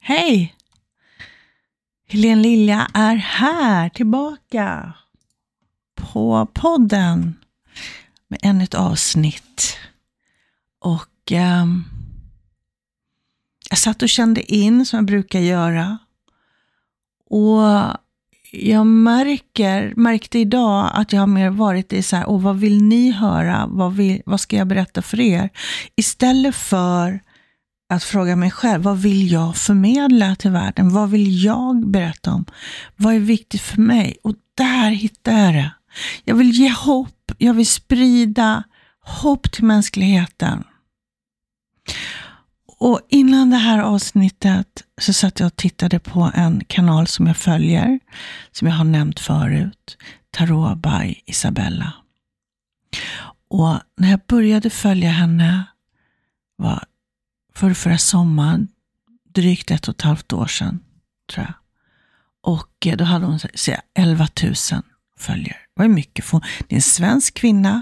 Hej! Helene Lilja är här tillbaka på podden med ännu ett avsnitt. Och jag satt och kände in som jag brukar göra. Och jag märkte idag att jag har mer varit i så här, vad vill ni höra? Vad ska jag berätta för er? Istället för att fråga mig själv, vad vill jag förmedla till världen? Vad vill jag berätta om? Vad är viktigt för mig? Och där hittar jag det. Jag vill ge hopp. Jag vill sprida hopp till mänskligheten. Och innan det här avsnittet så satt jag och tittade på en kanal som jag följer, som jag har nämnt förut, Tarot by Isabella. Och när jag började följa henne var förra sommaren, drygt 1,5 år sedan, tror jag. Och då hade hon 11 000 följare. Det var mycket. Det är en svensk kvinna.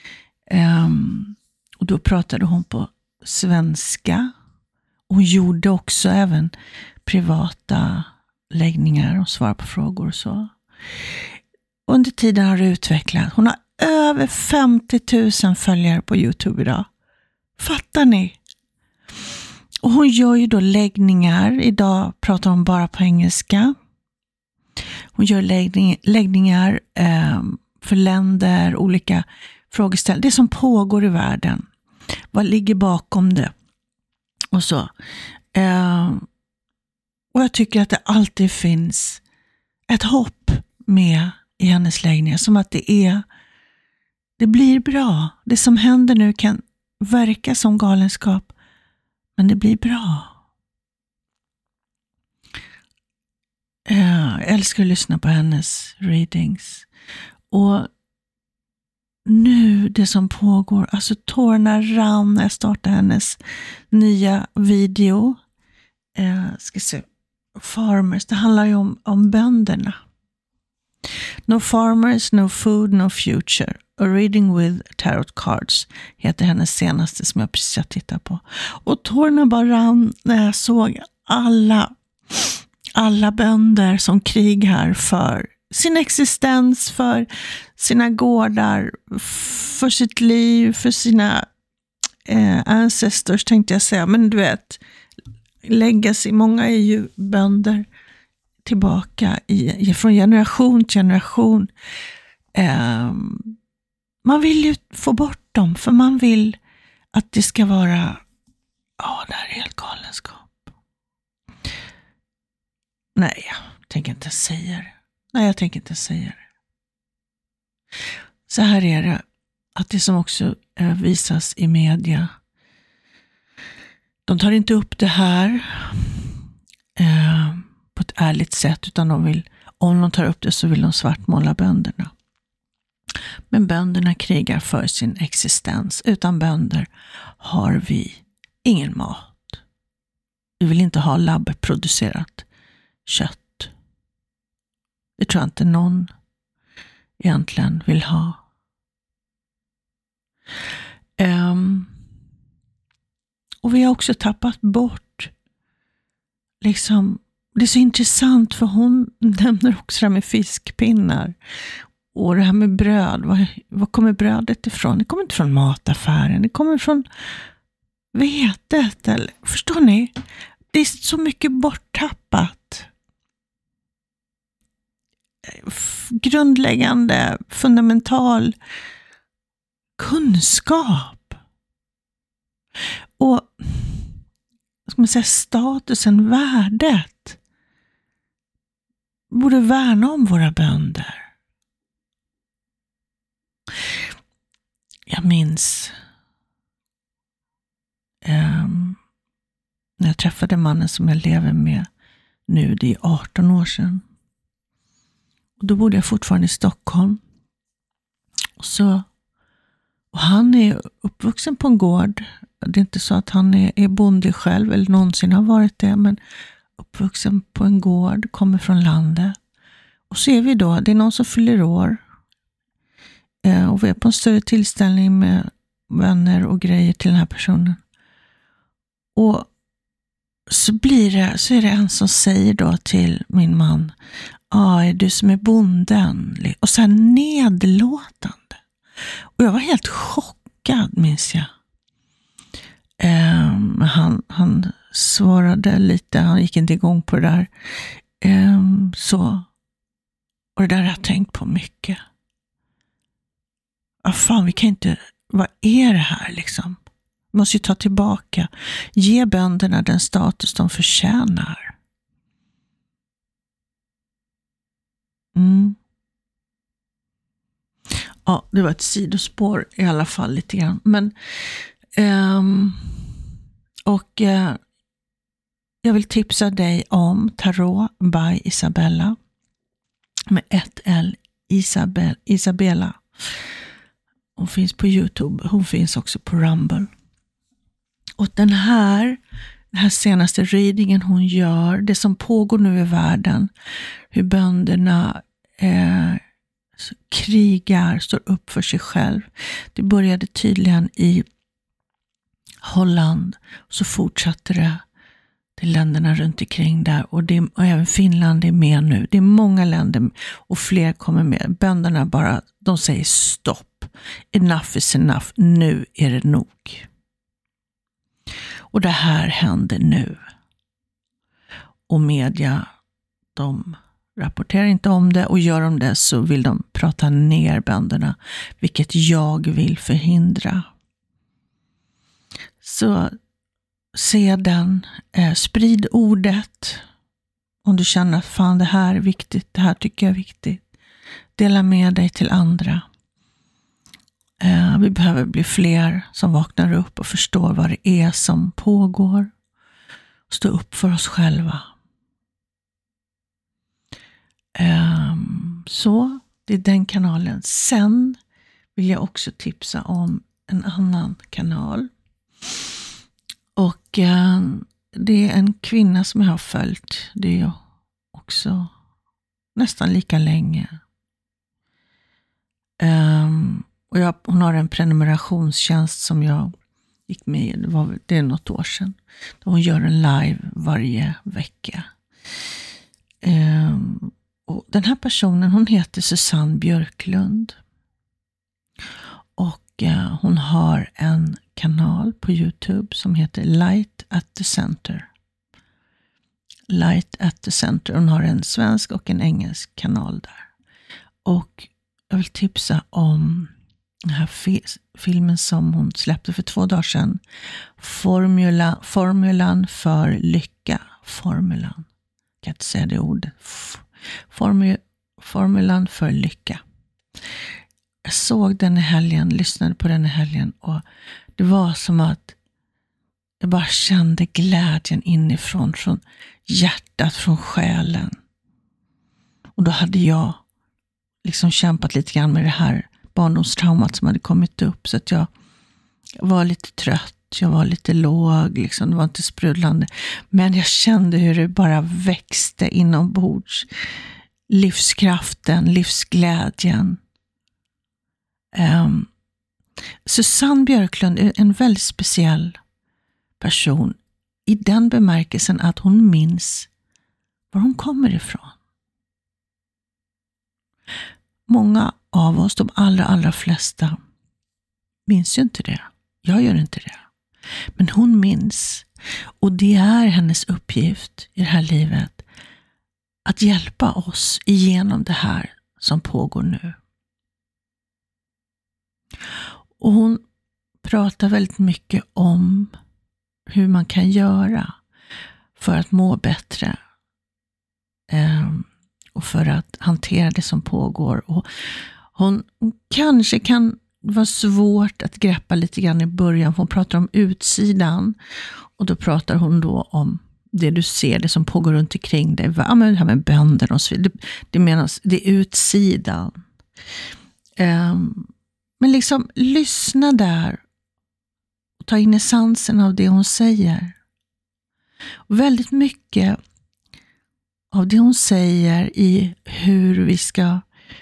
Och då pratade hon på svenska. Hon gjorde också även privata läggningar och svar på frågor och så. Under tiden har det utvecklat. Hon har över 50 000 följare på YouTube idag. Fattar ni? Och hon gör ju då läggningar. Idag pratar hon bara på engelska. Hon gör läggningar för länder, olika frågeställningar. Det som pågår i världen. Vad ligger bakom det? Och så. Och jag tycker att det alltid finns ett hopp med i hennes läggningar. Som att det blir bra. Det som händer nu kan verka som galenskap. Men det blir bra. Jag älskar att lyssna på hennes readings. Och nu det som pågår, alltså tårarna rann när jag startade hennes nya video. Ska se. Farmers, det handlar ju om bönderna. No farmers, no food, no future. A reading with tarot cards heter hennes senaste som jag precis har tittat på. Och tårarna bara rann när jag såg alla bönder som krigar för sin existens, för sina gårdar, för sitt liv, för sina ancestors tänkte jag säga. Men du vet, legacy, många är ju bönder tillbaka från generation till generation. Man vill ju få bort dem, för man vill att det ska vara det här är helt galenskap. Nej, jag tänker inte säga det. Så här är det, att det som också visas i media, de tar inte upp det här på ett ärligt sätt, utan om de tar upp det så vill de svartmåla bönderna. Men bönderna krigar för sin existens. Utan bönder har vi ingen mat. Vi vill inte ha labbproducerat kött. Det tror jag inte någon egentligen vill ha. Och vi har också tappat bort liksom, det är så intressant för hon nämner också det här med fiskpinnar. Och det här med bröd, vad kommer brödet ifrån? Det kommer inte från mataffären, det kommer från vetet. Eller, förstår ni? Det är så mycket borttappat. Grundläggande, fundamental kunskap. Och ska man säga, statusen, värdet. Vi borde värna om våra bönder. Jag minns när jag träffade mannen som jag lever med nu, det är 18 år sedan. Och då bodde jag fortfarande i Stockholm. Och han är uppvuxen på en gård. Det är inte så att han är bonde själv eller någonsin har varit det, men uppvuxen på en gård, kommer från landet. Och så är vi då, det är någon som fyller år. Och vi är på en större tillställning med vänner och grejer till den här personen. Och så är det en som säger då till min man, är du som är bonden? Och så här nedlåtande. Och jag var helt chockad, minns jag. Han svarade lite, han gick inte igång på det där. Och det där har jag tänkt på mycket. Fan, vi kan inte, vad är det här liksom? Vi måste ju ta tillbaka, ge bönderna den status de förtjänar. Ja, det var ett sidospår i alla fall lite grann. Men jag vill tipsa dig om Tarot by Isabella med ett L, Isabella. Hon finns på YouTube, hon finns också på Rumble. Och den här senaste readingen hon gör, det som pågår nu i världen, hur bönderna krigar, står upp för sig själv. Det började tydligen i Holland, så fortsatte det till länderna runt omkring där, och även Finland är med nu. Det är många länder och fler kommer med. Bönderna bara, de säger stopp. Enough is enough. Nu är det nog. Och det här händer nu. Och media, de rapporterar inte om det, och gör de det så vill de prata ner bönderna, vilket jag vill förhindra. Så se den, sprid ordet om du känner att fan, det här är viktigt, det här tycker jag är viktigt. Dela med dig till andra. Vi behöver bli fler som vaknar upp och förstår vad det är som pågår. Stå upp för oss själva. Så det är den kanalen. Sen vill jag också tipsa om en annan kanal. Och det är en kvinna som jag har följt. Det är också nästan lika länge. Och hon har en prenumerationstjänst som jag gick med i. Det är något år sedan. Hon gör en live varje vecka. Och den här personen, hon heter Susanne Björklund. Och hon har en kanal på YouTube som heter Light at the Center. Light at the Center. Hon har en svensk och en engelsk kanal där. Och jag vill tipsa om den här filmen som hon släppte för 2 dagar sedan. Formulan för lycka. Formulan. Jag kan inte säga det ordet. Formulan för lycka. Jag såg den i helgen, lyssnade på den i helgen, och det var som att jag bara kände glädjen inifrån, från hjärtat, från själen. Och då hade jag liksom kämpat lite grann med det här barndomstraumat som hade kommit upp, så att jag var lite trött, jag var lite låg, liksom, det var inte sprudlande. Men jag kände hur det bara växte inombords. Livskraften, livsglädjen. Susanne Björklund är en väldigt speciell person i den bemärkelsen att hon minns var hon kommer ifrån. Många av oss, de allra flesta, minns ju inte det. Jag gör inte det. Men hon minns, och det är hennes uppgift i det här livet att hjälpa oss igenom det här som pågår nu. Och hon pratar väldigt mycket om hur man kan göra för att må bättre och för att hantera det som pågår. Och hon kanske kan vara svårt att greppa lite grann i början. Hon pratar om utsidan, och då pratar hon då om det du ser, det som pågår runt omkring dig. Ja, men det här med bönder och så vidare. Det menas, det är utsidan. Men liksom lyssna där och ta in essensen av det hon säger. Och väldigt mycket av det hon säger i hur vi ska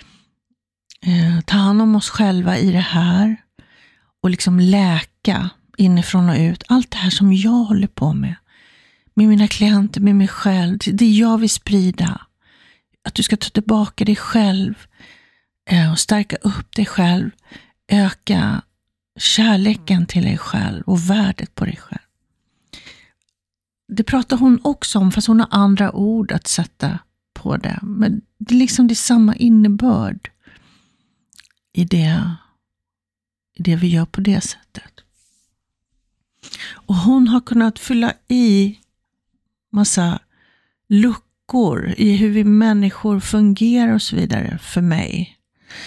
ta hand om oss själva i det här och liksom läka inifrån och ut. Allt det här som jag håller på med med mina klienter, med mig själv. Det jag vill sprida. Att du ska ta tillbaka dig själv och stärka upp dig själv. Öka kärleken till dig själv och värdet på dig själv. Det pratar hon också om, fast hon har andra ord att sätta på det. Men det är liksom det samma innebörd i det vi gör på det sättet. Och hon har kunnat fylla i massa luckor i hur vi människor fungerar och så vidare för mig.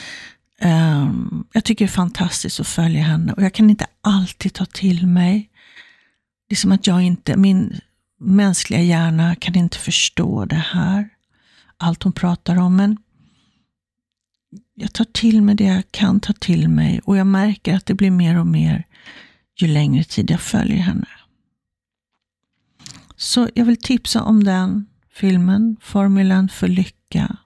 Jag tycker det är fantastiskt att följa henne, och jag kan inte alltid ta till mig. Det är som att min mänskliga hjärna kan inte förstå det här, allt hon pratar om, men jag tar till mig det jag kan ta till mig, och jag märker att det blir mer och mer ju längre tid jag följer henne. Så jag vill tipsa om den filmen, Formulan för lycka.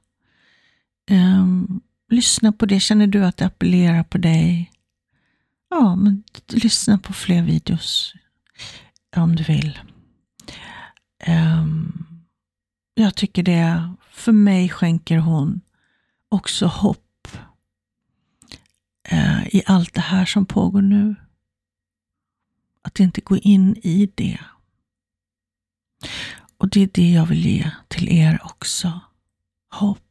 Lyssna på det. Känner du att det appellerar på dig? Ja, men lyssna på fler videos om du vill. Jag tycker det, för mig skänker hon också hopp i allt det här som pågår nu. Att inte gå in i det. Och det är det jag vill ge till er också. Hopp.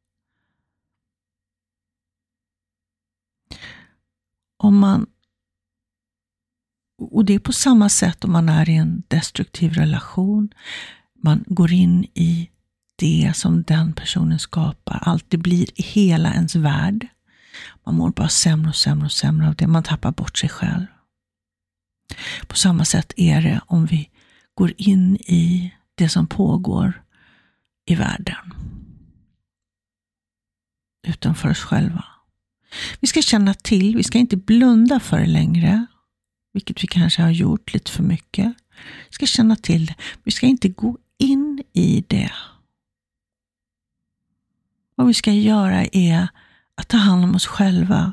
Och det är på samma sätt om man är i en destruktiv relation. Man går in i det som den personen skapar. Allt det blir hela ens värld. Man mår bara sämre och sämre och sämre av det. Man tappar bort sig själv. På samma sätt är det om vi går in i det som pågår i världen. Utanför oss själva. Vi ska känna till, vi ska inte blunda för det längre. Vilket vi kanske har gjort lite för mycket. Vi ska känna till det. Vi ska inte gå in i det. Vad vi ska göra är att ta hand om oss själva.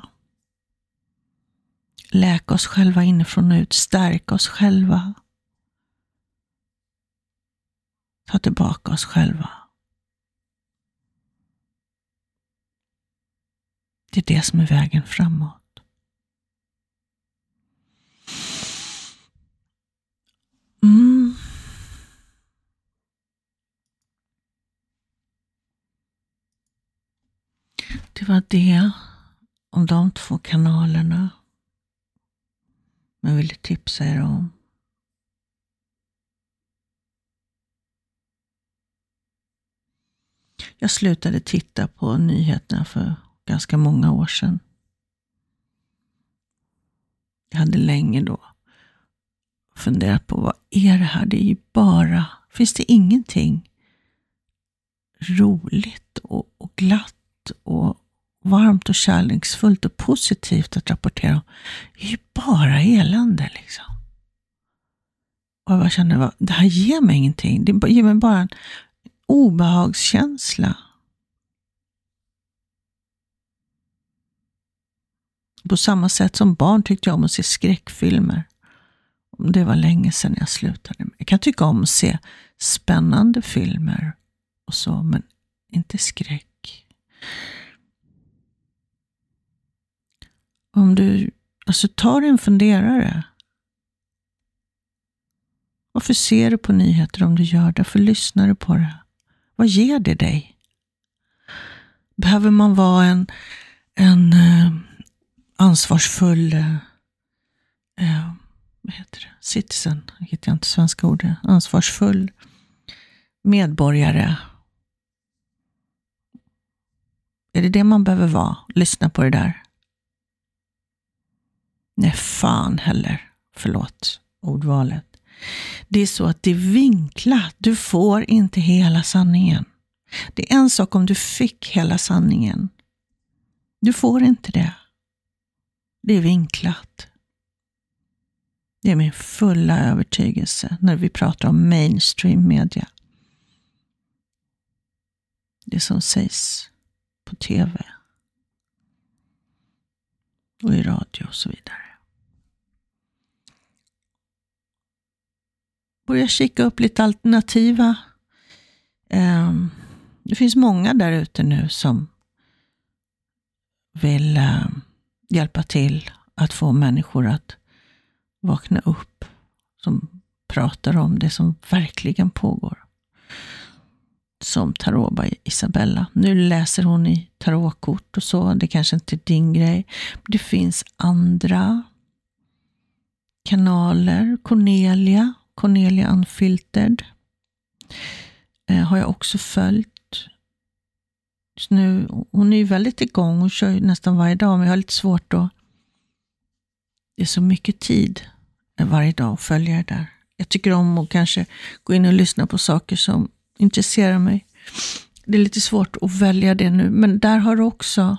Läka oss själva inifrån och ut. Stärka oss själva. Ta tillbaka oss själva. Det är det som är vägen framåt. Det var det om de 2 kanalerna jag ville tipsa er om. Jag slutade titta på nyheterna för ganska många år sedan. Jag hade länge då funderat på vad är det här? Det är ju bara, finns det ingenting roligt och glatt och varmt och kärleksfullt och positivt att rapportera om? Det är ju bara elände liksom. Och jag bara kände, det här ger mig ingenting. Det ger mig bara en obehagskänsla. På samma sätt som barn tyckte jag om att se skräckfilmer. Det var länge sedan jag slutade. Jag kan tycka om att se spännande filmer och så, men inte skräck. Om du tar en funderare. Varför ser du på nyheter om du gör det? Varför lyssnar du på det? Vad ger det dig? Behöver man vara en ansvarsfull vad heter det? Citizen, jag hittar inte svenska ordet. Ansvarsfull medborgare. Är det man behöver vara? Lyssna på det där. Nej, fan heller. Förlåt ordvalet. Det är så att det är vinklat. Du får inte hela sanningen. Det är en sak om du fick hela sanningen. Du får inte det. Det är vinklat. Det är min fulla övertygelse när vi pratar om mainstream media. Det som sägs på tv och i radio och så vidare. börja kika upp lite alternativa. Det finns många där ute nu som vill hjälpa till att få människor att vakna upp. Som pratar om det som verkligen pågår. Som Tarotba Isabella. Nu läser hon i tarotkort och så. Det kanske inte är din grej. Det finns andra kanaler. Cornelia Unfiltered. Har jag också följt. Just nu, hon är ju väldigt igång och kör ju nästan varje dag. Men jag har lite svårt att... Det är så mycket tid varje dag att följa det där. Jag tycker om att kanske gå in och lyssna på saker som intresserar mig. Det är lite svårt att välja det nu. Men där har du också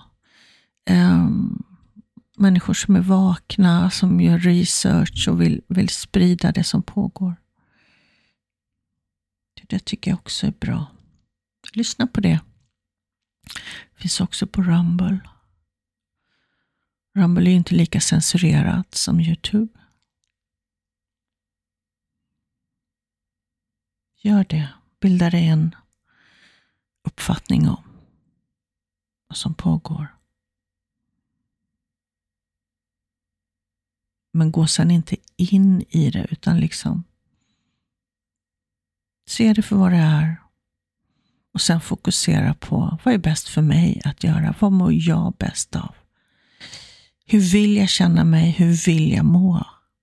människor som är vakna, som gör research och vill sprida det som pågår. Det tycker jag också är bra. Lyssna på det. Det finns också på Rumble. Rumble är inte lika censurerat som YouTube. Gör det. Bilda dig en uppfattning om vad som pågår. Men gå sedan inte in i det utan liksom se det för vad det är. Och sen fokusera på vad är bäst för mig att göra. Vad mår jag bäst av? Hur vill jag känna mig? Hur vill jag må?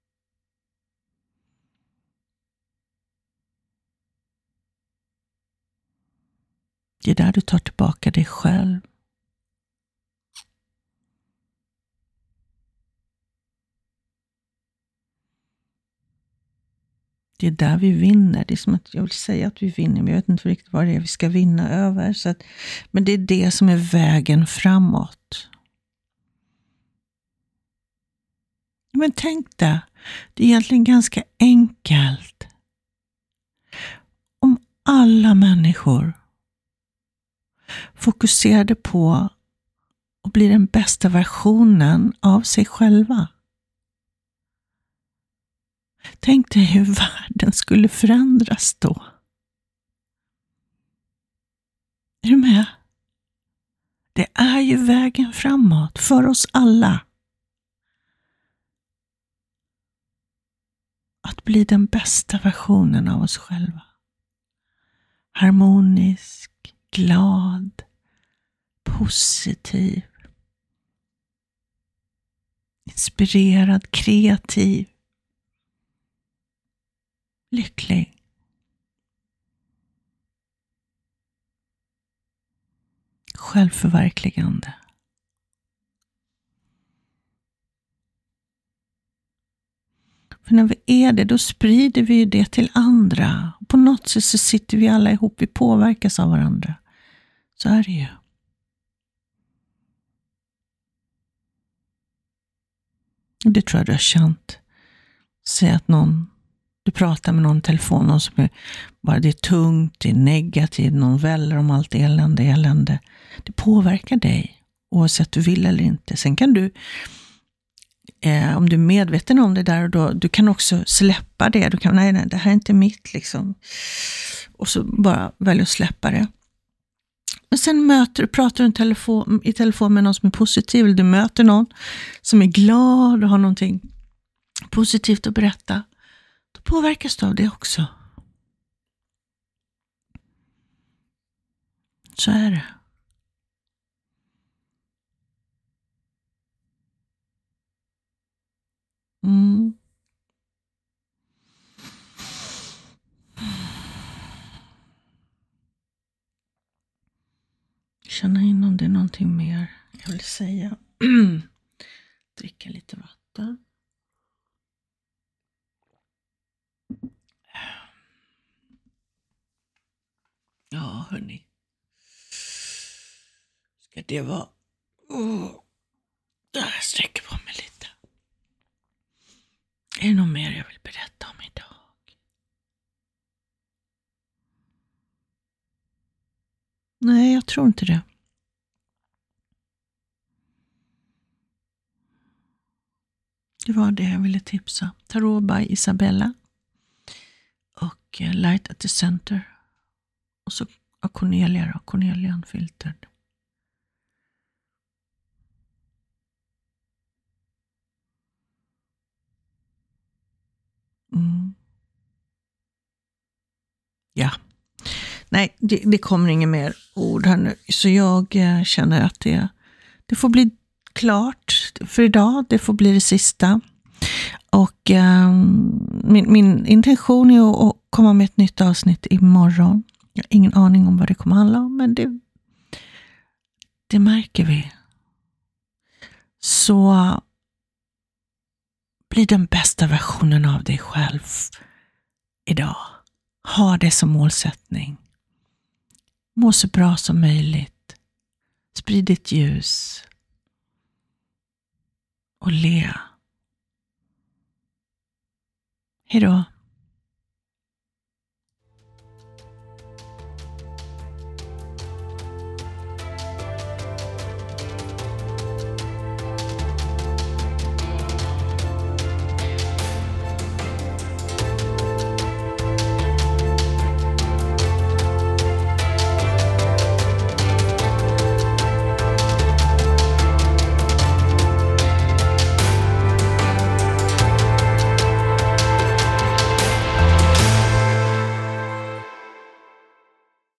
Det är där du tar tillbaka dig själv. Det är där vi vinner. Det är som att jag vill säga att vi vinner, men jag vet inte riktigt vad det är vi ska vinna över. Så att, men det är det som är vägen framåt. Men tänk dig, det är egentligen ganska enkelt. Om alla människor fokuserade på att bli den bästa versionen av sig själva. Tänk dig hur världen skulle förändras då. Är du med? Det är ju vägen framåt för oss alla. Att bli den bästa versionen av oss själva. Harmonisk, glad, positiv, inspirerad, kreativ, lycklig. Självförverkligande. För när vi är det, då sprider vi ju det till andra. På något sätt så sitter vi alla ihop, vi påverkas av varandra. Så är det ju. Det tror jag du har känt. Säg att du pratar med någon telefon, någon som är bara det är tungt, det är negativt, någon väller om allt elände. Det påverkar dig, oavsett du vill eller inte. Sen kan du, om du är medveten om det där och då, du kan också släppa det. Du kan, nej, det här är inte mitt liksom. Och så bara välja att släppa det. Men sen pratar du i telefon med någon som är positiv, eller du möter någon som är glad och har någonting positivt att berätta. Då påverkas du av det också. Så är det. Känna in om det är någonting mer jag vill säga. Dricka lite vatten. Ja, hörni. Ska det vara... Jag sträcker på mig lite. Är det något mer jag vill berätta om idag? Nej, jag tror inte det. Det var det jag ville tipsa. Tarotba Isabella. och Light at the Center. Och så Cornelia då, Cornelia Unfiltered. Ja. Nej, det kommer inga mer ord här nu. Så jag känner att det får bli klart för idag. Det får bli det sista. Och min intention är att komma med ett nytt avsnitt imorgon. Jag har ingen aning om vad det kommer handla om, men det märker vi. Så bli den bästa versionen av dig själv idag. Ha det som målsättning. Må så bra som möjligt. Sprid ditt ljus. Och le. Hej då.